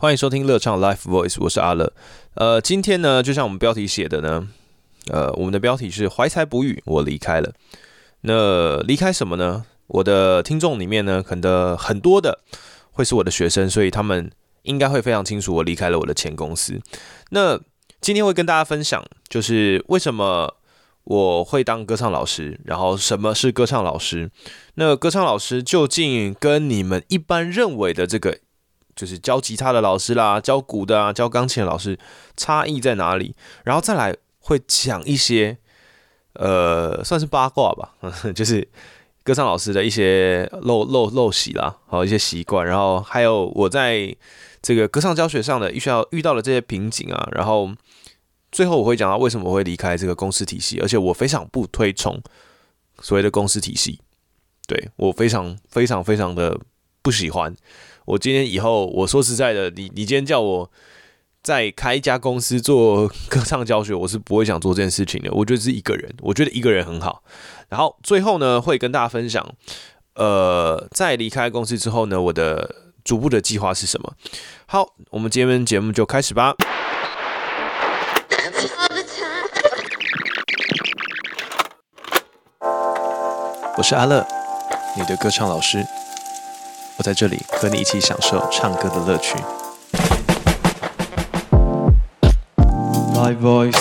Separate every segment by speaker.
Speaker 1: 欢迎收听乐唱 Live Voice， 我是阿乐。今天呢，就像我们标题写的呢，我们的标题是怀才不遇，我离开了。那离开什么呢？我的听众里面呢，可能很多的会是我的学生，所以他们应该会非常清楚我离开了我的前公司。那今天会跟大家分享，就是为什么我会当歌唱老师，然后什么是歌唱老师？那歌唱老师究竟跟你们一般认为的这个，就是教吉他的老师啦、教鼓的啊、教钢琴的老师差异在哪里？然后再来会讲一些算是八卦吧，就是歌唱老师的一些陋习啦，好一些习惯，然后还有我在这个歌唱教学上的遇到的这些瓶颈啊，然后最后我会讲到为什么我会离开这个公司体系，而且我非常不推崇所谓的公司体系，对，我非常的不喜欢。我今天以后，我说实在的，你今天叫我再开一家公司做歌唱教学，我是不会想做这件事情的。我觉得是一个人，我觉得一个人很好。然后最后呢，会跟大家分享，在离开公司之后呢，我的逐步的计划是什么。好，我们今天节目就开始吧。我是阿乐，你的歌唱老师。我在这里和你一起享受唱歌的乐趣。Live voice.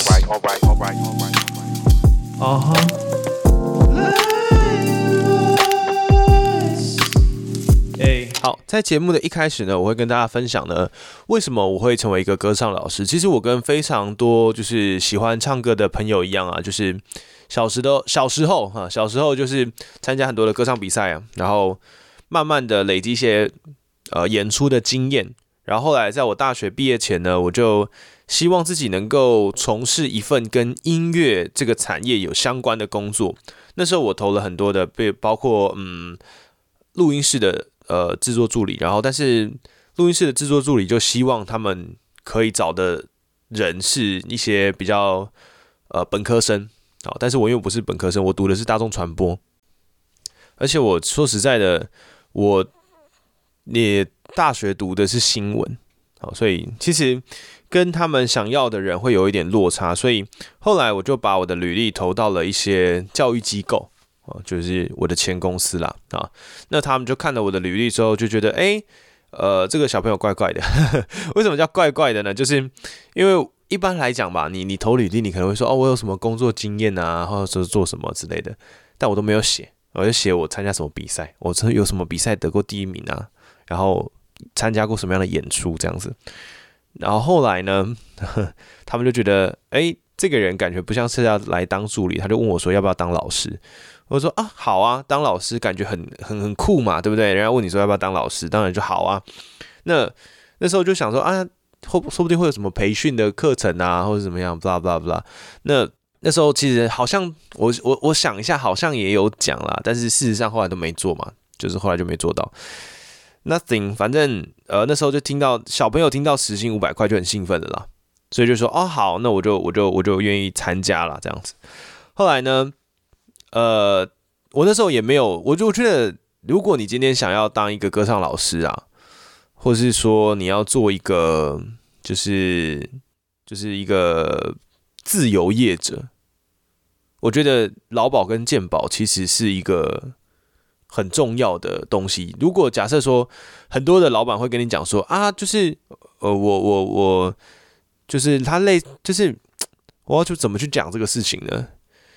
Speaker 1: Hey. 好，在节目的一开始呢，我会跟大家分享呢，为什么我会成为一个歌唱老师。其实我跟非常多就是喜欢唱歌的朋友一样啊，就是小时候就是参加很多的歌唱比赛啊，然后慢慢的累积一些演出的经验，然后后来在我大学毕业前呢，我就希望自己能够从事一份跟音乐这个产业有相关的工作。那时候我投了很多的，包括录音室的制作助理，然后但是录音室的制作助理就希望他们可以找的人是一些比较本科生，好，但是我因为不是本科生，我读的是大众传播，而且我说实在的，我也大学读的是新闻，好，所以其实跟他们想要的人会有一点落差，所以后来我就把我的履历投到了一些教育机构，就是我的前公司啦，啊，那他们就看了我的履历之后就觉得，这个小朋友怪怪的，为什么叫怪怪的呢？就是因为一般来讲吧，你投履历，你可能会说，我有什么工作经验啊，或者是做什么之类的，但我都没有写。我就写我参加什么比赛，我有什么比赛得过第一名啊，然后参加过什么样的演出这样子。然后后来呢，他们就觉得，这个人感觉不像是要来当助理，他就问我说要不要当老师。我说啊，好啊，当老师感觉很酷嘛，对不对？人家问你说要不要当老师，当然就好啊。那时候就想说啊，说不定会有什么培训的课程啊，或者怎么样，blah blah blah。那时候其实好像我想一下，好像也有讲啦，但是事实上后来都没做嘛，就是后来就没做到。Nothing， 反正那时候就听到小朋友听到时薪500块就很兴奋的啦，所以就说哦好，那我就愿意参加啦这样子。后来呢，我那时候也没有，我觉得如果你今天想要当一个歌唱老师啊，或是说你要做一个就是一个自由业者，我觉得劳保跟健保其实是一个很重要的东西。如果假设说很多的老板会跟你讲说啊，就是我就是他就是我要怎么去讲这个事情呢？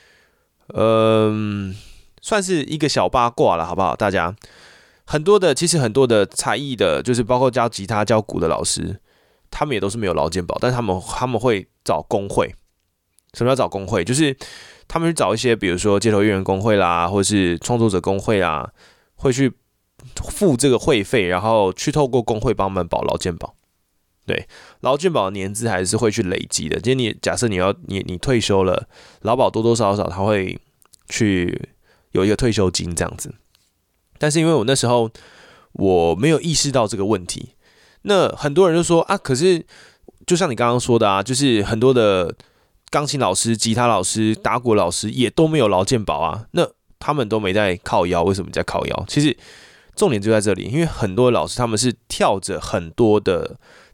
Speaker 1: 算是一个小八卦了，好不好？大家其实很多的才艺的，就是包括教吉他、教鼓的老师，他们也都是没有劳健保，但是他们会找工会。什么叫找工会？就是他们去找一些，比如说街头艺人工会啦，或是创作者工会啦，会去付这个会费，然后去透过工会帮他们保劳健保。对，劳健保的年资还是会去累积的。今天假设你退休了，劳保多多少少他会去有一个退休金这样子。但是因为我那时候我没有意识到这个问题，那很多人就说啊，可是就像你刚刚说的啊，就是很多的钢琴老师、吉他老师、打鼓老师也都没有劳健保啊，那他们都没在靠腰，为什么在靠腰？其实重点就在这里，因为很多老师他们是跳着很多的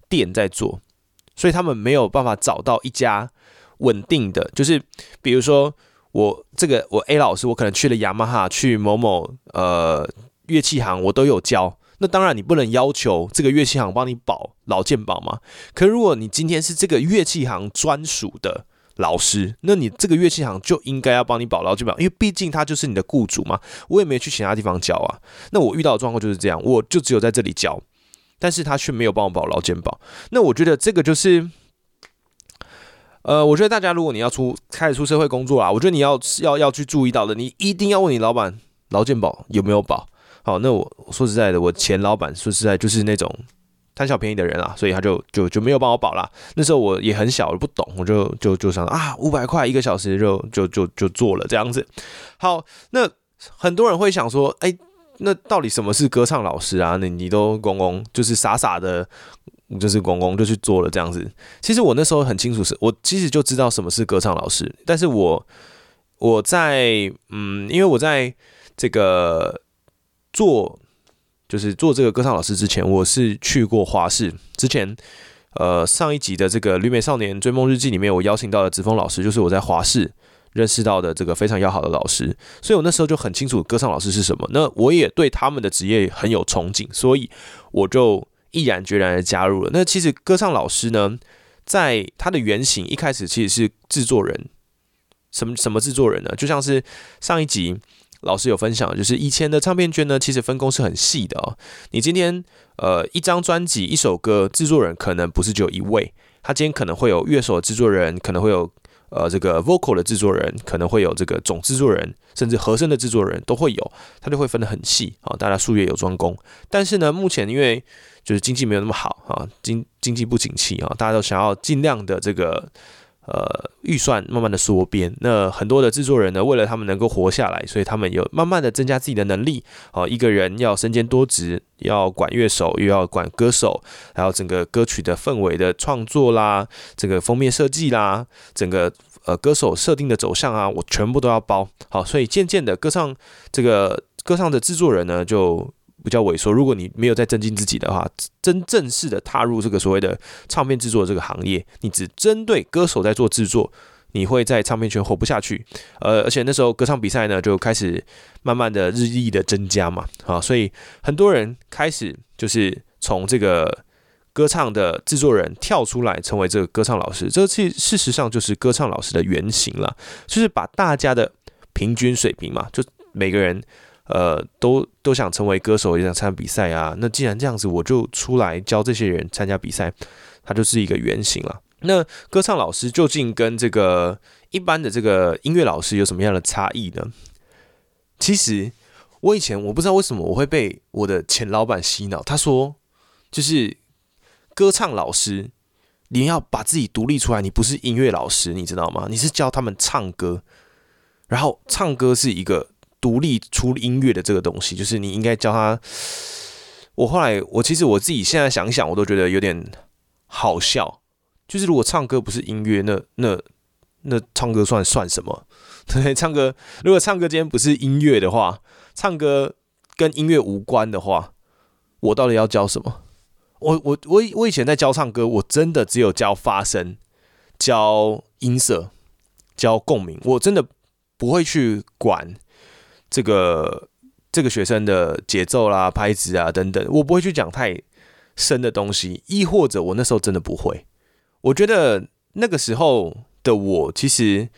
Speaker 1: 店在做，所以他们没有办法找到一家稳定的，就是比如说我 A 老师，我可能去了雅马哈，去某某乐器行，我都有教。那当然，你不能要求这个乐器行帮你保劳健保嘛。可如果你今天是这个乐器行专属的老师，那你这个乐器行就应该要帮你保劳健保，因为毕竟他就是你的雇主嘛。我也没去其他地方教啊。那我遇到的状况就是这样，我就只有在这里教，但是他却没有帮我保劳健保。那我觉得这个就是。我觉得大家如果你要开始出社会工作啊，我觉得你要去注意到的，你一定要问你老板劳健保有没有保。好，那我说实在的，我前老板说实在就是那种贪小便宜的人啊，所以他就没有帮我保啦。那时候我也很小，我不懂，我就想啊，500块1个小时就做了这样子。好，那很多人会想说，那到底什么是歌唱老师啊？你都公公就是傻傻的。就是公公就去做了这样子。其实我那时候很清楚，我其实就知道什么是歌唱老师，但是我在因为我在这个做这个歌唱老师之前，我是去过华视。之前上一集的这个《旅美少年追梦日记》里面，我邀请到的子枫老师，就是我在华视认识到的这个非常要好的老师，所以我那时候就很清楚歌唱老师是什么。那我也对他们的职业很有憧憬，所以我就毅然决然的加入了。那其实歌唱老师呢，在他的原型一开始其实是制作人。什么制作人呢？就像是上一集老师有分享，就是以前的唱片圈呢，其实分工是很细的哦。你今天一张专辑一首歌，制作人可能不是只有一位，他今天可能会有乐手的制作人，可能会有这个 vocal 的制作人，可能会有这个总制作人，甚至和声的制作人都会有，他就会分得很细啊，大家术业有专攻。但是呢，目前因为就是经济没有那么好啊，经济不景气啊，大家都想要尽量的这个预算慢慢的缩编。那很多的制作人呢，为了他们能够活下来，所以他们有慢慢的增加自己的能力啊，一个人要身兼多职，要管乐手，又要管歌手，还有整个歌曲的氛围的创作啦，这个封面设计啦，整个歌手设定的走向啊，我全部都要包。好，所以渐渐的歌唱的制作人呢，就比较萎缩。如果你没有在增进自己的话，真正式的踏入这个所谓的唱片制作这个行业，你只针对歌手在做制作，你会在唱片圈活不下去。而且那时候歌唱比赛呢，就开始慢慢的日益的增加嘛，啊，所以很多人开始就是从这个歌唱的制作人跳出来，成为这个歌唱老师。这事实上就是歌唱老师的原型啦，就是把大家的平均水平嘛，就每个人都想成为歌手，也想参加比赛啊。那既然这样子，我就出来教这些人参加比赛，它就是一个原型了。那歌唱老师究竟跟这个一般的这个音乐老师有什么样的差异呢？其实我以前我不知道为什么我会被我的前老板洗脑，他说就是歌唱老师，你要把自己独立出来，你不是音乐老师，你知道吗？你是教他们唱歌，然后唱歌是一个独立出音乐的这个东西，就是你应该教他。我其实我自己现在想想，我都觉得有点好笑。就是如果唱歌不是音乐，那唱歌算什么？对，如果唱歌今天不是音乐的话，唱歌跟音乐无关的话，我到底要教什么？我以前在教唱歌，我真的只有教发声、教音色、教共鸣，我真的不会去管这个学生的节奏啦、拍子啊等等，我不会去讲太深的东西，亦或者我那时候真的不会。我觉得那个时候的我，其实，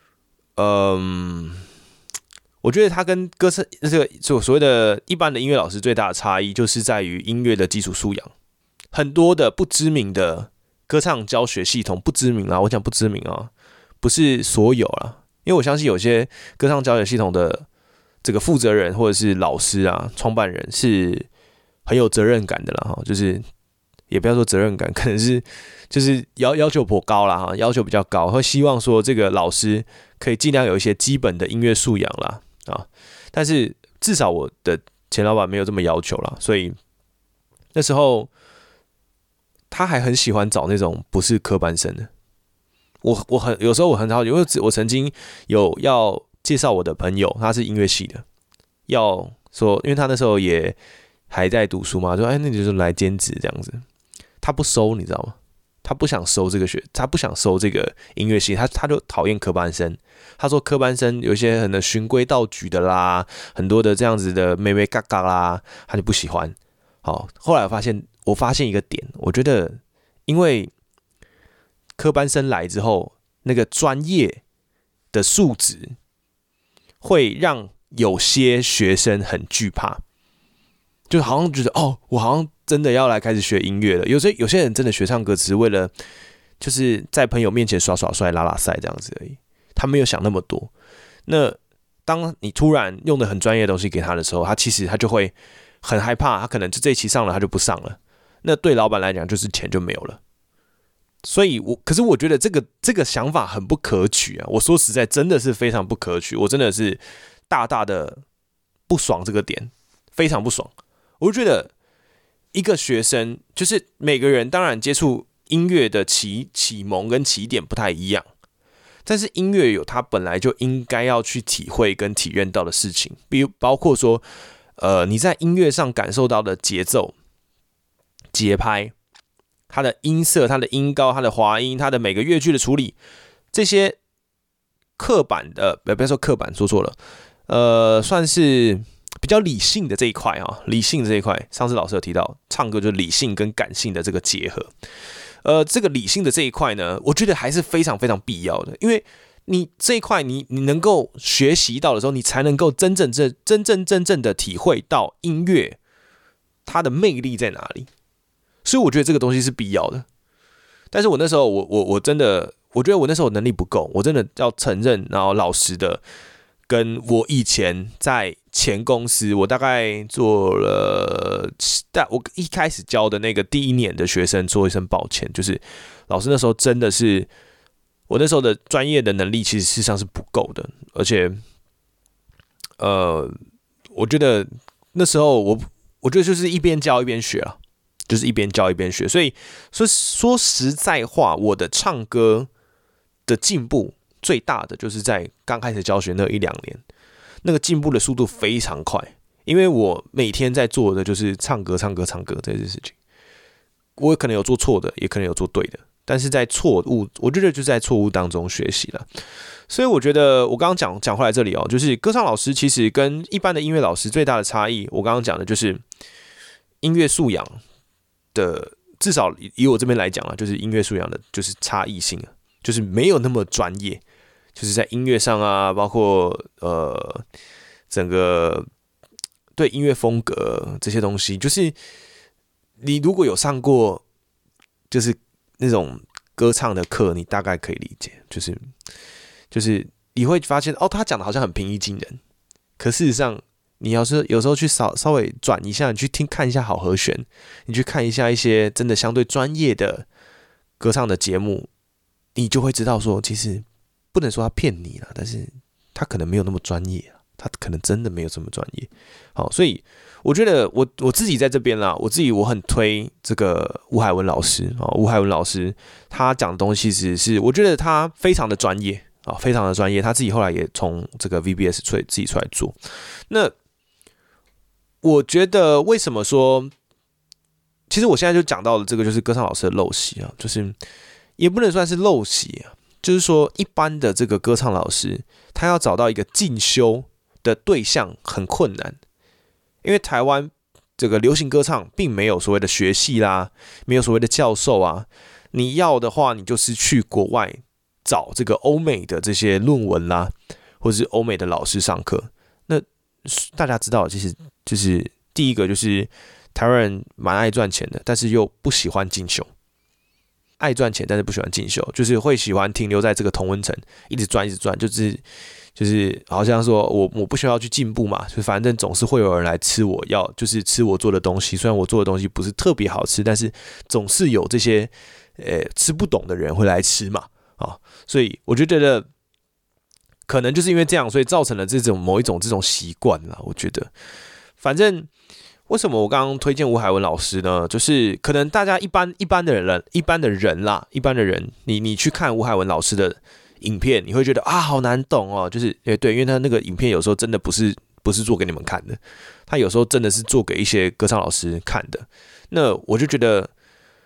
Speaker 1: 我觉得他跟歌声这个所谓的一般的音乐老师最大的差异，就是在于音乐的基础素养。很多的不知名的歌唱教学系统，不知名啦，我讲不知名啊，不是所有啦，因为我相信有些歌唱教学系统的这个负责人或者是老师啊、创办人是很有责任感的啦，就是也不要说责任感，可能是就是要求颇高啦，要求比较高，会希望说这个老师可以尽量有一些基本的音乐素养啦啊。但是至少我的前老板没有这么要求啦，所以那时候他还很喜欢找那种不是科班生的。有时候我很好奇，因为我曾经有要介绍我的朋友，他是音乐系的，要说，因为他那时候也还在读书嘛，说那你就来兼职这样子。 他不收，你知道吗？他不想收这个他不想收这个音乐系，他就讨厌科班生。他说科班生有一些很循规蹈矩的啦，很多的这样子的妹妹嘎嘎啦，他就不喜欢。好，后来我发现一个点，我觉得因为科班生来之后，那个专业的素质会让有些学生很惧怕，就好像觉得我好像真的要来开始学音乐了。有些人真的学唱歌只是为了就是在朋友面前耍耍帅、拉拉赛这样子而已，他没有想那么多。那当你突然用的很专业的东西给他的时候，他其实他就会很害怕，他可能就这一期上了他就不上了。那对老板来讲就是钱就没有了。所以可是我觉得这个想法很不可取啊！我说实在，真的是非常不可取。我真的是大大的不爽这个点，非常不爽。我就觉得一个学生，就是每个人当然接触音乐的启蒙跟起点不太一样，但是音乐有它本来就应该要去体会跟体验到的事情，包括说，你在音乐上感受到的节奏、节拍。它的音色、它的音高、它的滑音、它的每个乐句的处理，这些刻板的，不要说刻板，说错了，算是比较理性的这一块啊，理性的这一块，上次老师有提到，唱歌就是理性跟感性的这个结合，这个理性的这一块呢，我觉得还是非常非常必要的，因为你这一块你能够学习到的时候，你才能够真正的体会到音乐它的魅力在哪里。所以我觉得这个东西是必要的，但是我那时候我真的，我觉得我那时候能力不够，我真的要承认，然后老实的跟我以前在前公司，我大概做了，我一开始教的那个第1年的学生说一声抱歉，就是老师那时候真的是，我那时候的专业的能力其实事实上是不够的，而且，我觉得那时候我觉得就是一边教一边学啊。就是一边教一边学，所以说实在话，我的唱歌的进步最大的就是在刚开始教学那1-2年，那个进步的速度非常快，因为我每天在做的就是唱歌这件事情。我可能有做错的，也可能有做对的，但是在错误，我觉得就是在错误当中学习了。所以我觉得我刚刚讲回来这里哦，就是歌唱老师其实跟一般的音乐老师最大的差异，我刚刚讲的就是音乐素养。至少以我这边来讲啊，就是音乐素养的，就是差异性啊，就是没有那么专业，就是在音乐上啊，包括整个对音乐风格这些东西，就是你如果有上过就是那种歌唱的课，你大概可以理解，就是你会发现他讲的好像很平易近人，可事实上。你有时候去稍微转一下，你去看一下好和弦，你去看一下一些真的相对专业的歌唱的节目，你就会知道说，其实不能说他骗你啦，但是他可能没有那么专业啊，他可能真的没有这么专业。好，所以我觉得我自己在这边啦，我很推这个吴海文老师啊，吴海文老师他讲的东西其实是我觉得他非常的专业啊，非常的专业，他自己后来也从这个 VBS 自己出来做，那。我觉得为什么说，其实我现在就讲到了这个，就是歌唱老师的陋习啊，就是也不能算是陋习啊，就是说一般的这个歌唱老师，他要找到一个进修的对象很困难，因为台湾这个流行歌唱并没有所谓的学系啦，没有所谓的教授啊，你要的话，你就是去国外找这个欧美的这些论文啦，或者是欧美的老师上课，那大家知道，其实。就是第一个，就是台湾人蛮爱赚钱的，但是又不喜欢进修。爱赚钱，但是不喜欢进修，就是会喜欢停留在这个同温层，一直赚，就是好像说我不需要去进步嘛，就反正总是会有人来吃就是吃我做的东西。虽然我做的东西不是特别好吃，但是总是有这些吃不懂的人会来吃嘛啊，所以我就觉得可能就是因为这样，所以造成了某一种这种习惯啦，我觉得。反正为什么我刚刚推荐吴海文老师呢？就是可能大家一般的人，你去看吴海文老师的影片，你会觉得好难懂哦。就是对，因为他那个影片有时候真的不是做给你们看的，他有时候真的是做给一些歌唱老师看的。那我就觉得，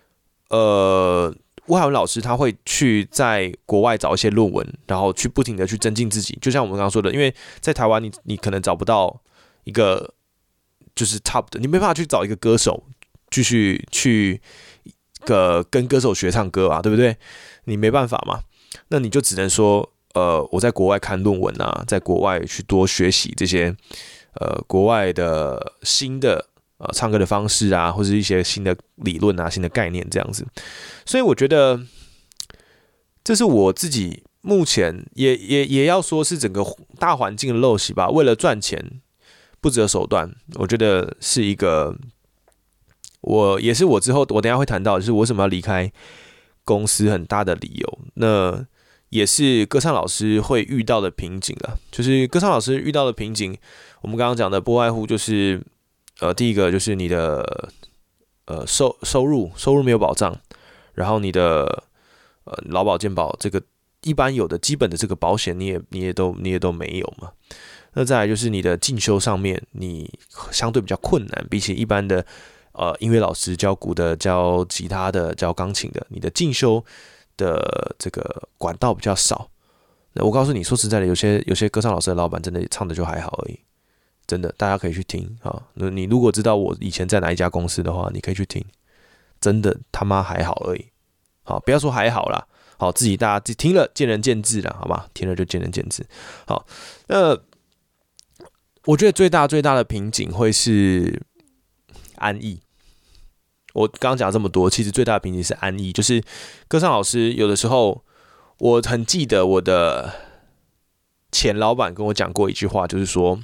Speaker 1: 魏海文老师他会去在国外找一些论文，然后去不停的去增进自己。就像我们刚刚说的，因为在台湾你可能找不到一个就是 top 的，你没办法去找一个歌手继续去跟歌手学唱歌啊，对不对？你没办法嘛，那你就只能说，我在国外看论文啊，在国外去多学习这些国外的新的唱歌的方式啊，或是一些新的理论啊、新的概念这样子。所以我觉得这是我自己目前也要说是整个大环境的陋习吧。为了赚钱不择手段，我觉得是一个也是我之后我等一下会谈到，就是我为什么要离开公司很大的理由。那也是歌唱老师会遇到的瓶颈啦，就是歌唱老师遇到的瓶颈，我们刚刚讲的不外乎就是第一个就是你的收入没有保障，然后你的劳保健保这个一般有的基本的这个保险你也都没有嘛。那再来就是你的进修上面你相对比较困难，比起一般的音乐老师教鼓的、教吉他的、教钢琴的，你的进修的这个管道比较少。那我告诉你，说实在的，有些歌唱老师的老板真的唱的就还好而已，真的，大家可以去听啊。你如果知道我以前在哪一家公司的话，你可以去听，真的他妈还好而已。好，不要说还好啦，好，大家听了见仁见智啦，好吧？听了就见仁见智。好，那我觉得最大的瓶颈会是安逸。我刚刚讲了这么多，其实最大的瓶颈是安逸，就是歌唱老师有的时候，我很记得我的前老板跟我讲过一句话，就是说，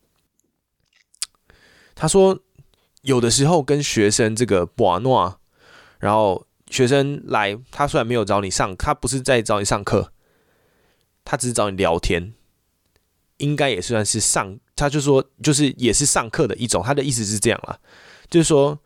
Speaker 1: 他说有的时候跟学生这个把诺，然后学生来，他虽然没有找你上，他不是在找你上课，他只是找你聊天，应该也算是上，他就说就是也是上课的一种，他的意思是这样啦，就是说。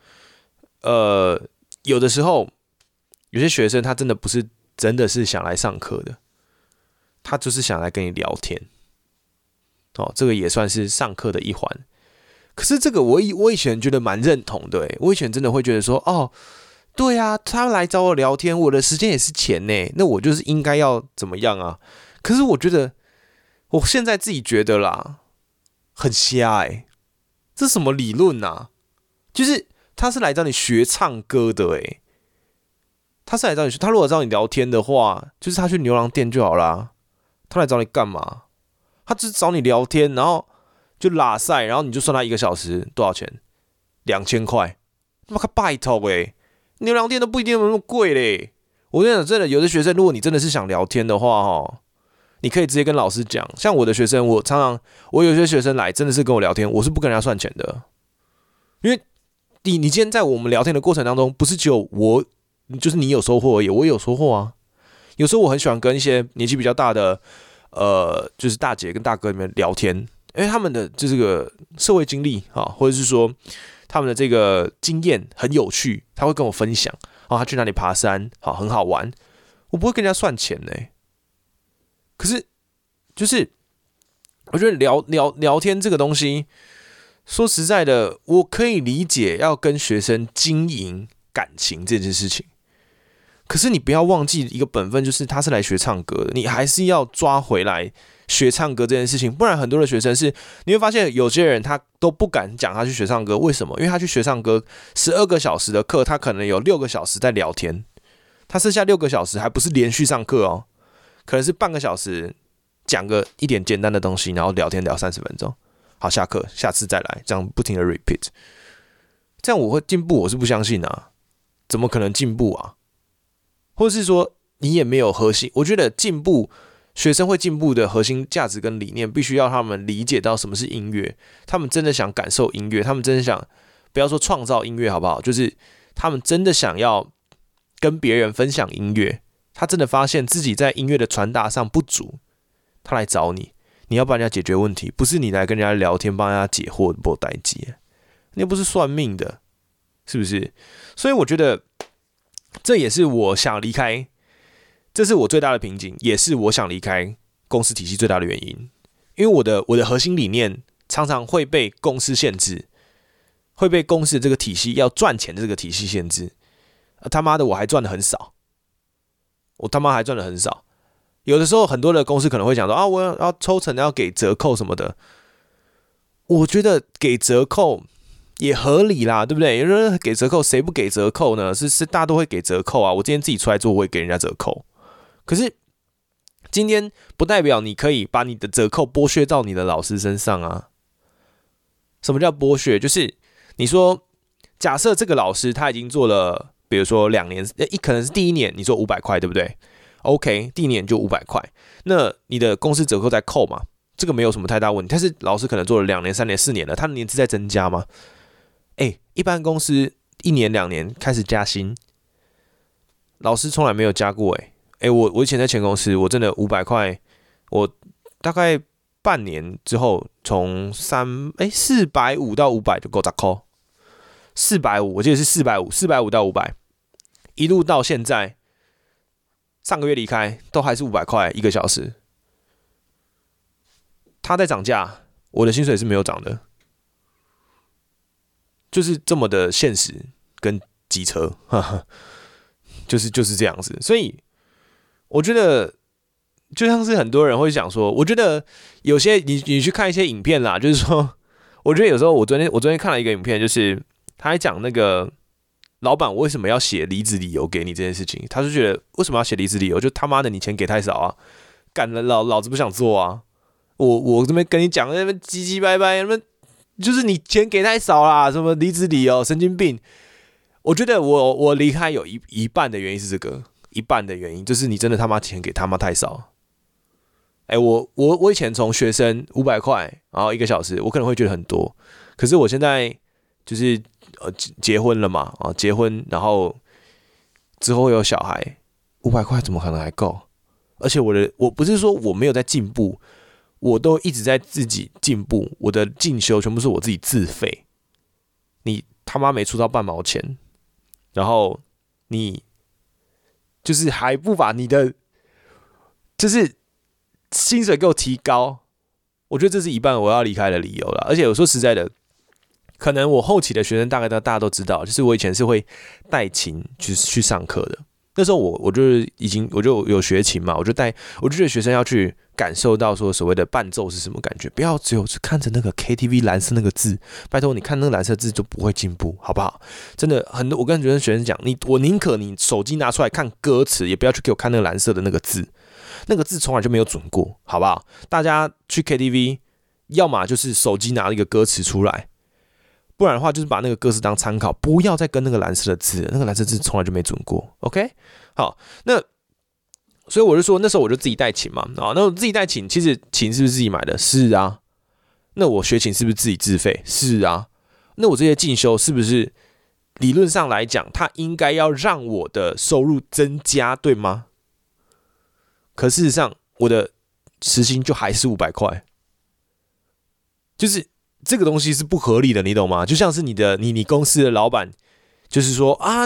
Speaker 1: 有的时候有些学生他真的是想来上课的，他就是想来跟你聊天，这个也算是上课的一环。可是这个我以前觉得蛮认同的，我以前真的会觉得说，对啊，他来找我聊天，我的时间也是钱呢，那我就是应该要怎么样啊？可是我觉得我现在自己觉得啦，很瞎这什么理论啊？就是他是来找你学唱歌的他是来找你学，他如果找你聊天的话，就是他去牛郎店就好啦。他来找你干嘛？他只是找你聊天，然后就拉塞，然后你就算他1个小时多少钱？2000块，他妈拜托牛郎店都不一定有那么贵嘞。我跟你讲，真的有的学生，如果你真的是想聊天的话你可以直接跟老师讲。像我的学生，我有些学生来真的是跟我聊天，我是不跟人家算钱的，因为你今天在我们聊天的过程当中，不是只有我，就是你有收获而已，我也有收获啊。有时候我很喜欢跟一些年纪比较大的，就是大姐跟大哥里面聊天，因为他们的这个社会经历或者是说他们的这个经验很有趣，他会跟我分享他去哪里爬山，很好玩。我不会跟人家算钱可是就是我觉得聊天这个东西。说实在的，我可以理解要跟学生经营感情这件事情，可是你不要忘记一个本分，就是他是来学唱歌的，你还是要抓回来学唱歌这件事情。不然很多的学生你会发现有些人他都不敢讲他去学唱歌，为什么？因为他去学唱歌12个小时的课，他可能有6个小时在聊天，他剩下6个小时还不是连续上课可能是半个小时讲个一点简单的东西，然后聊天聊30分钟。好，下课，下次再来，这样不停的 repeat， 这样我会进步？我是不相信啊，怎么可能进步啊？或者是说你也没有核心？我觉得进步，学生会进步的核心价值跟理念，必须要他们理解到什么是音乐，他们真的想感受音乐，他们真的想，不要说创造音乐好不好？就是他们真的想要跟别人分享音乐，他真的发现自己在音乐的传达上不足，他来找你。你要帮人家解决问题，不是你来跟人家聊天帮人家解惑的代志，你又不是算命的，是不是？所以我觉得这也是我想离开，这是我最大的瓶颈，也是我想离开公司体系最大的原因。因为我的核心理念常常会被公司限制，会被公司的这个体系要赚钱的这个体系限制， 他妈的我还赚的很少，我他妈还赚的很少。有的时候很多的公司可能会讲说啊，我要抽成要给折扣什么的，我觉得给折扣也合理啦，对不对？有人给折扣，谁不给折扣呢？是大家都会给折扣啊。我今天自己出来做，我也给人家折扣。可是今天不代表你可以把你的折扣剥削到你的老师身上啊。什么叫剥削？就是你说，假设这个老师他已经做了，比如说2年，可能是第1年你做500块，对不对 ？OK， 第1年就500块，那你的公司折扣再扣嘛，这个没有什么太大问题。但是老师可能做了2年、3年、4年了，他的年资在增加吗？一般公司1年、2年开始加薪，老师从来没有加过我以前在前公司，我真的500块，我大概半年之后从450到500就够砸扣，450我记得是450到500，一路到现在，上个月离开都还是500块1个小时。他在涨价，我的薪水是没有涨的，就是这么的现实跟机车，就是这样子。所以我觉得，就像是很多人会想说，我觉得有些你去看一些影片啦，就是说，我觉得有时候我昨天看了一个影片，就是他还讲那个老板为什么要写离职理由给你这件事情，他就觉得为什么要写离职理由，就他妈的你钱给太少啊，干了老子不想做啊。我这边跟你讲，那边唧唧歪歪，那边就是你钱给太少啦，什么离职理由，神经病。我觉得我离开有一半的原因是这个，一半的原因就是你真的他妈钱给他妈太少。我以前从学生500块，然后1个小时，我可能会觉得很多，可是我现在就是结婚了嘛，结婚，然后之后有小孩，500块怎么可能还够？而且我不是说我没有在进步。我都一直在自己进步，我的进修全部是我自己自费。你他妈没出到半毛钱，然后你就是还不把你的就是薪水给我提高，我觉得这是一半我要离开的理由了。而且我说实在的，可能我后期的学生大家都知道，就是我以前是会带琴去上课的。那时候我就有学琴嘛，我就觉得学生要去感受到说所谓的伴奏是什么感觉，不要只有看着那个 KTV 蓝色那个字，拜托你看那个蓝色字就不会进步，好不好？真的很多，我跟学生讲，我宁可你手机拿出来看歌词，也不要去给我看那个蓝色的那个字，那个字从来就没有准过，好不好？大家去 KTV， 要么就是手机拿一个歌词出来。不然的话，就是把那个歌词当参考，不要再跟那个蓝色的字，那个蓝色字从来就没准过。OK， 好，那所以我就说，那时候我就自己带琴嘛，那我自己带琴，其实琴是不是自己买的？是啊。那我学琴是不是自己自费？是啊。那我这些进修是不是理论上来讲，它应该要让我的收入增加，对吗？可事实上，我的时薪就还是500块，就是。这个东西是不合理的，你懂吗？就像是你公司的老板，就是说啊，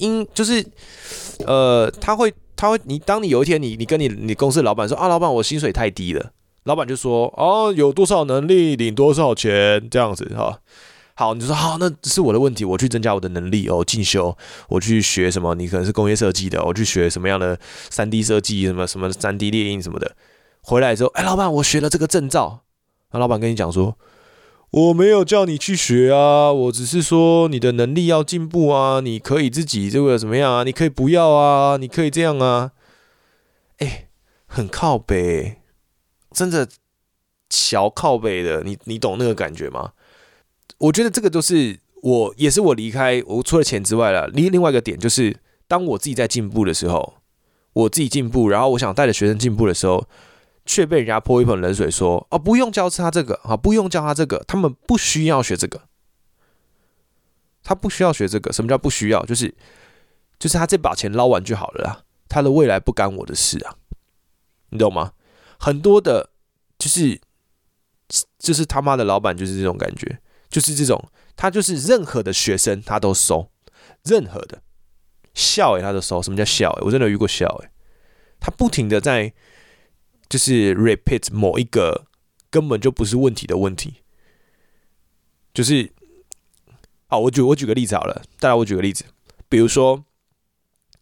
Speaker 1: 他会，当你有一天你跟你公司的老板说啊，老板我薪水太低了，老板就说哦，有多少能力领多少钱这样子哈。好，你就说好，那是我的问题，我去增加我的能力进修，我去学什么？你可能是工业设计的，我去学什么样的3D 设计，什么 3D 列印什么的。回来之后，老板我学了这个证照，那老板跟你讲说。我没有叫你去学啊，我只是说你的能力要进步啊，你可以自己这个怎么样啊？你可以不要啊，你可以这样啊。很靠北，真的小靠北的，你懂那个感觉吗？我觉得这个就是也是我离开我除了钱之外了，另外一个点就是，当我自己在进步的时候，我自己进步，然后我想带着学生进步的时候。却被人家泼一盆冷水说，不用教他这个不用教他这个，他们不需要学这个，他不需要学这个。什么叫不需要？就是他这把钱捞完就好了啦，他的未来不干我的事啊，你懂吗？很多的，就是他妈的老板就是这种感觉，就是这种，他就是任何的学生他都收，任何的笑他都收。什么叫笑？我真的有遇过笑他不停的在。就是 repeat 某一个根本就不是问题的问题，就是，好，我举个例子好了，大家我举个例子，比如说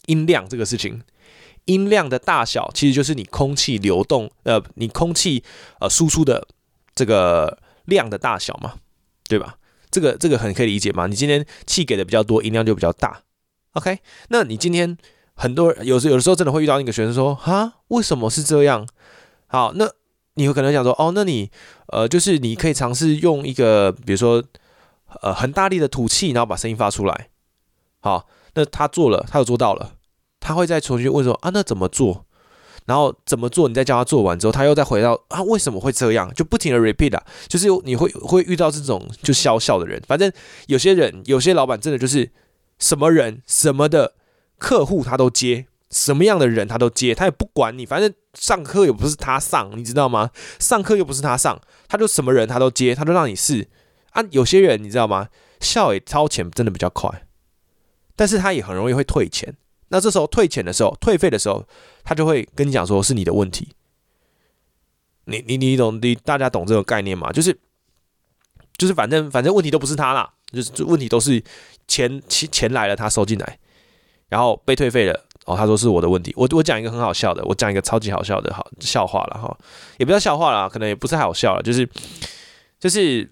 Speaker 1: 音量这个事情。音量的大小其实就是你空气流动，你空气输出的这个量的大小嘛，对吧？这个很可以理解嘛。你今天气给的比较多，音量就比较大。OK， 那你今天很多人有的时候真的会遇到一个学生说，哈，为什么是这样？好，那你有可能想说，哦，那你就是你可以尝试用一个，比如说很大力的吐气，然后把声音发出来。好，那他做了，他有做到了。他会再重新问说啊，那怎么做？然后怎么做？你再叫他做完之后，他又再回到啊，为什么会这样？就不停的 repeat 啊，就是你会遇到这种就笑的人。反正有些老板真的就是什么人什么的客户他都接，什么样的人他都接，他也不管你。反正上课又不是他上，你知道吗？上课又不是他上，他就什么人他都接，他就让你试啊。有些人你知道吗？笑也超钱真的比较快，但是他也很容易会退钱。那这时候退钱的时候，退费的时候，他就会跟你讲说是你的问题。你懂，大家懂这个概念吗？就是反正问题都不是他啦，就是问题都是钱来了，他收进来，然后被退费了。哦，他说是我的问题。我讲一个很好笑的，我讲一个超级好笑的笑话了哈，也不叫笑话啦，可能也不是太好笑了，就是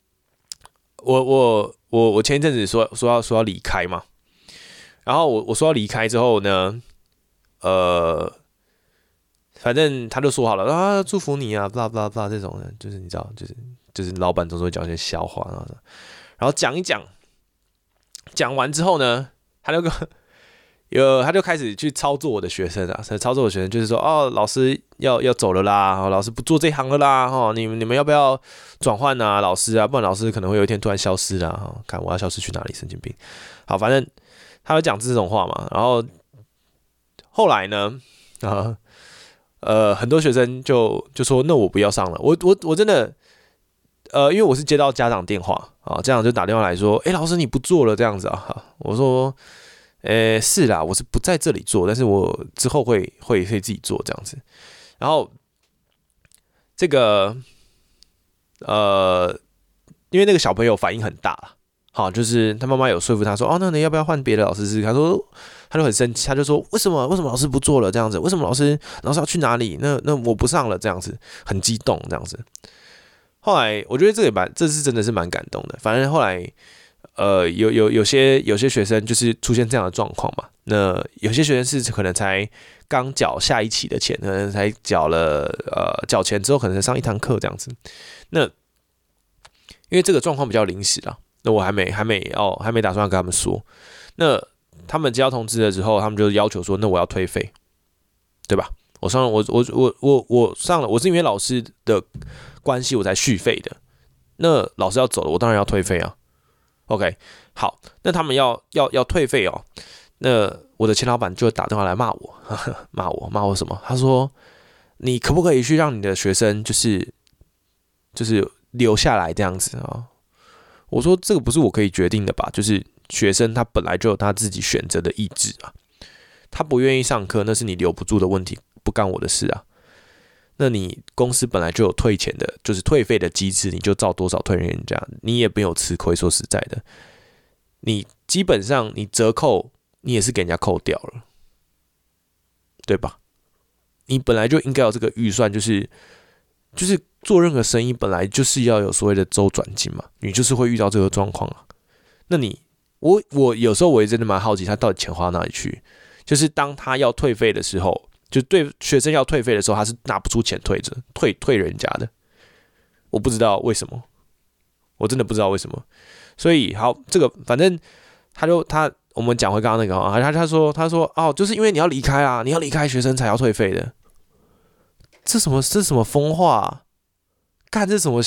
Speaker 1: 我前一阵子说要离开嘛。然后我说要离开之后呢，反正他就说好了啊，祝福你啊，blah blah blah 这种的，就是你知道，就是老板总是会讲一些笑话，然后讲一讲，讲完之后呢，他就开始去操作我的学生啊，操作我的学生就是说，哦，老师要走了啦，老师不做这行了啦，哦，你们要不要转换啊，老师啊，不然老师可能会有一天突然消失啦，看我要消失去哪里，神经病。好，反正。他会讲这种话嘛，然后后来呢，很多学生就说那我不要上了，我真的，因为我是接到家长电话啊，家长就打电话来说，老师你不做了这样子啊，我说，是啦，我是不在这里做，但是我之后会自己做这样子，然后这个因为那个小朋友反应很大啦。好，就是他妈妈有说服他说，哦，那你要不要换别的老师试？他就很生气，他就说，为什么老师不做了这样子？为什么老师要去哪里？那我不上了这样子，很激动这样子。后来我觉得这是真的是蛮感动的。反正后来有些学生就是出现这样的状况嘛。那有些学生是可能才刚缴下一期的钱，可能才缴钱之后可能才上一堂课这样子。那因为这个状况比较临时啦。那我还没打算要跟他们说。那他们接到通知了之后，他们就要求说，那我要退费，对吧？我上了，我上了，我是因为老师的关系我才续费的。那老师要走了，我当然要退费啊。OK， 好，那他们要退费哦。那我的前老板就打电话来骂我，骂我什么？他说，你可不可以去让你的学生就是留下来这样子啊？我说这个不是我可以决定的吧，就是学生他本来就有他自己选择的意志啊，他不愿意上课那是你留不住的问题，不干我的事啊。那你公司本来就有退钱的，就是退费的机制，你就照多少退人家，你也没有吃亏。说实在的，你基本上你折扣你也是给人家扣掉了，对吧？你本来就应该有这个预算，就是做任何生意本来就是要有所谓的周转金嘛，你就是会遇到这个状况啊。那我有时候我也真的蛮好奇他到底钱花哪里去，就是当他要退费的时候，就对学生要退费的时候，他是拿不出钱退人家的，我不知道为什么，我真的不知道为什么。所以好，这个反正我们讲回刚刚那个啊，他说哦，就是因为你要离开啊，你要离开学生才要退费的。这什么疯话啊？干这什么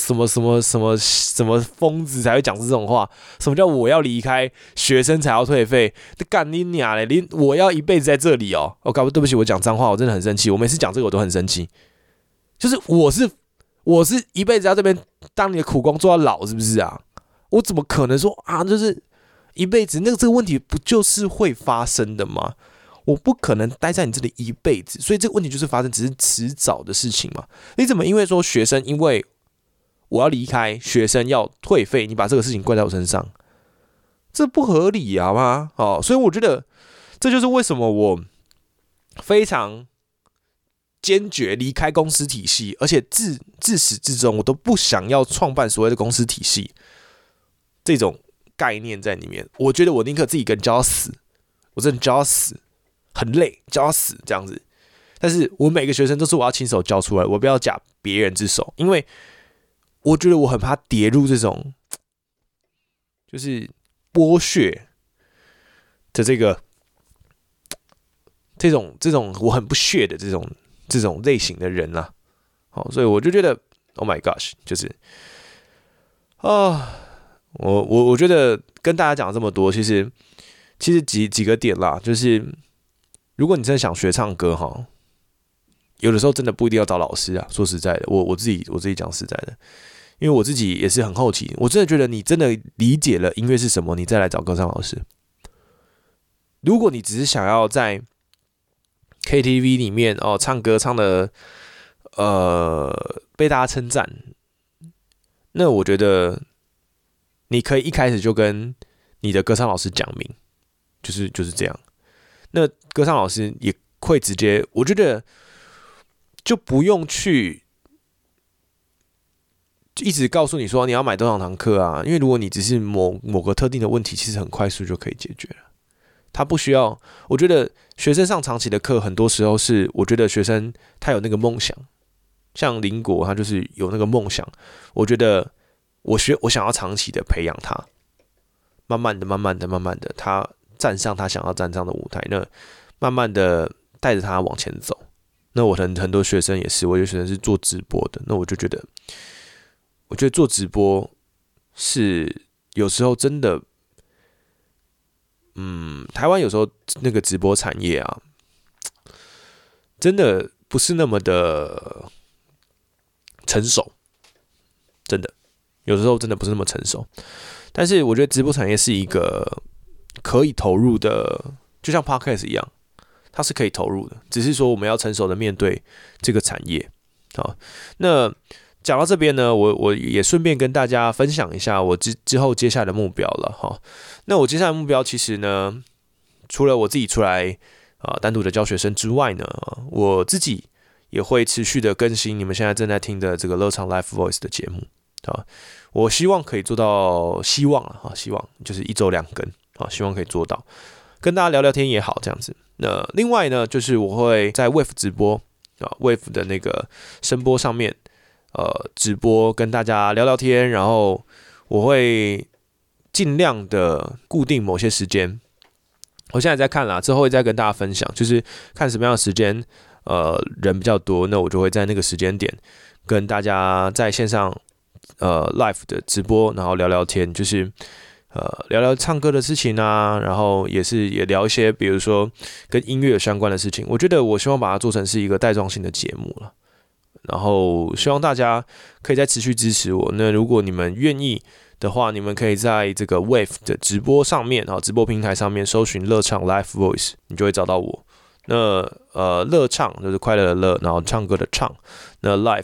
Speaker 1: 疯子才会讲这种话？什么叫我要离开学生才要退费？干你娘嘞！我要一辈子在这里哦！对不起，我讲脏话，我真的很生气。我每次讲这个我都很生气，就是我是一辈子在这边当你的苦工做到老，是不是啊？我怎么可能说啊？就是一辈子这个问题不就是会发生的吗？我不可能待在你这里一辈子，所以这个问题就是发生，只是迟早的事情嘛。你怎么因为说学生因为我要离开，学生要退费，你把这个事情怪在我身上，这不合理啊吗？哦，所以我觉得这就是为什么我非常坚决离开公司体系，而且自始至终我都不想要创办所谓的公司体系这种概念在里面。我觉得我宁可自己一个人教到死，我真的教到死，很累，教到死这样子。但是我每个学生都是我要亲手教出来，我不要假别人之手，因为我觉得我很怕跌入这种就是剥削的这种我很不屑的这种类型的人啊。好，所以我就觉得 ，Oh my gosh， 就是我觉得跟大家讲这么多，其实几个点啦，就是如果你真的想学唱歌哈，有的时候真的不一定要找老师啊。说实在的，我自己讲实在的，因为我自己也是很好奇，我真的觉得你真的理解了音乐是什么，你再来找歌唱老师。如果你只是想要在 KTV 里面唱歌唱的被大家称赞，那我觉得你可以一开始就跟你的歌唱老师讲明，就是这样。那歌唱老师也会直接，我觉得就不用去一直告诉你说你要买多少堂课啊，因为如果你只是某个特定的问题，其实很快速就可以解决了。他不需要，我觉得学生上长期的课，很多时候是我觉得学生他有那个梦想，像林国他就是有那个梦想，我觉得我想要长期的培养他，慢慢的，他站上他想要站上的舞台，那慢慢的带着他往前走。那我很多学生也是，我有学生是做直播的，那我觉得做直播是有时候真的。台湾有时候那个直播产业啊，真的不是那么的成熟，真的有时候真的不是那么成熟。但是我觉得直播产业是一个可以投入的，就像 Podcast 一样，它是可以投入的，只是说我们要成熟的面对这个产业。好，那讲到这边呢，我也顺便跟大家分享一下我之后接下来的目标了哈。那我接下来的目标其实呢，除了我自己出来单独的教学生之外呢，我自己也会持续的更新你们现在正在听的这个乐唱 Live Voice 的节目啊。我希望可以做到，希望就是1周2更啊，希望可以做到，跟大家聊聊天也好这样子。那另外呢，就是我会在 Wave 直播Wave 的那个声波上面。直播跟大家聊聊天，然后我会尽量的固定某些时间。我现在在看啦，之后会再跟大家分享，就是看什么样的时间，人比较多，那我就会在那个时间点跟大家在线上live 的直播，然后聊聊天，就是聊聊唱歌的事情啊，然后也聊一些比如说跟音乐有相关的事情。我觉得我希望把它做成是一个带状性的节目了。然后希望大家可以再持续支持我。那如果你们愿意的话，你们可以在这个 Wave 的直播上面直播平台上面搜寻乐唱 Live Voice， 你就会找到我。那乐唱就是快乐的乐，然后唱歌的唱。那 Live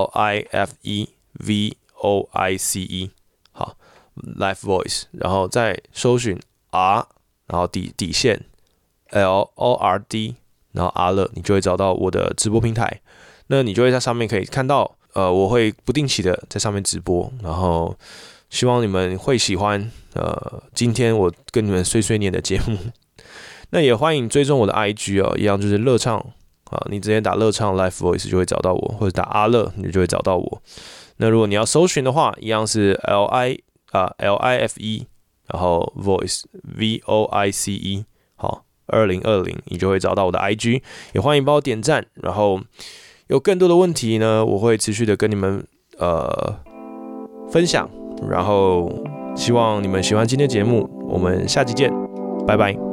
Speaker 1: L-I-F-E-V-O-I-C-E 好 Live Voice， 然后再搜寻 R， 然后底线 L-O-R-D， 然后 R 乐，你就会找到我的直播平台。那你就会在上面可以看到，我会不定期的在上面直播，然后希望你们会喜欢，今天我跟你们碎碎念的节目。那也欢迎追踪我的 IG 一样就是乐唱你直接打乐唱 Live Voice 就会找到我，或者打阿乐你就会找到我。那如果你要搜寻的话，一样是 L-I-F-E， 然后 Voice V-O-I-C-E 好2020，你就会找到我的 IG。也欢迎帮我点赞，然后。有更多的问题呢，我会持续的跟你们分享，然后希望你们喜欢今天的节目，我们下期见，拜拜。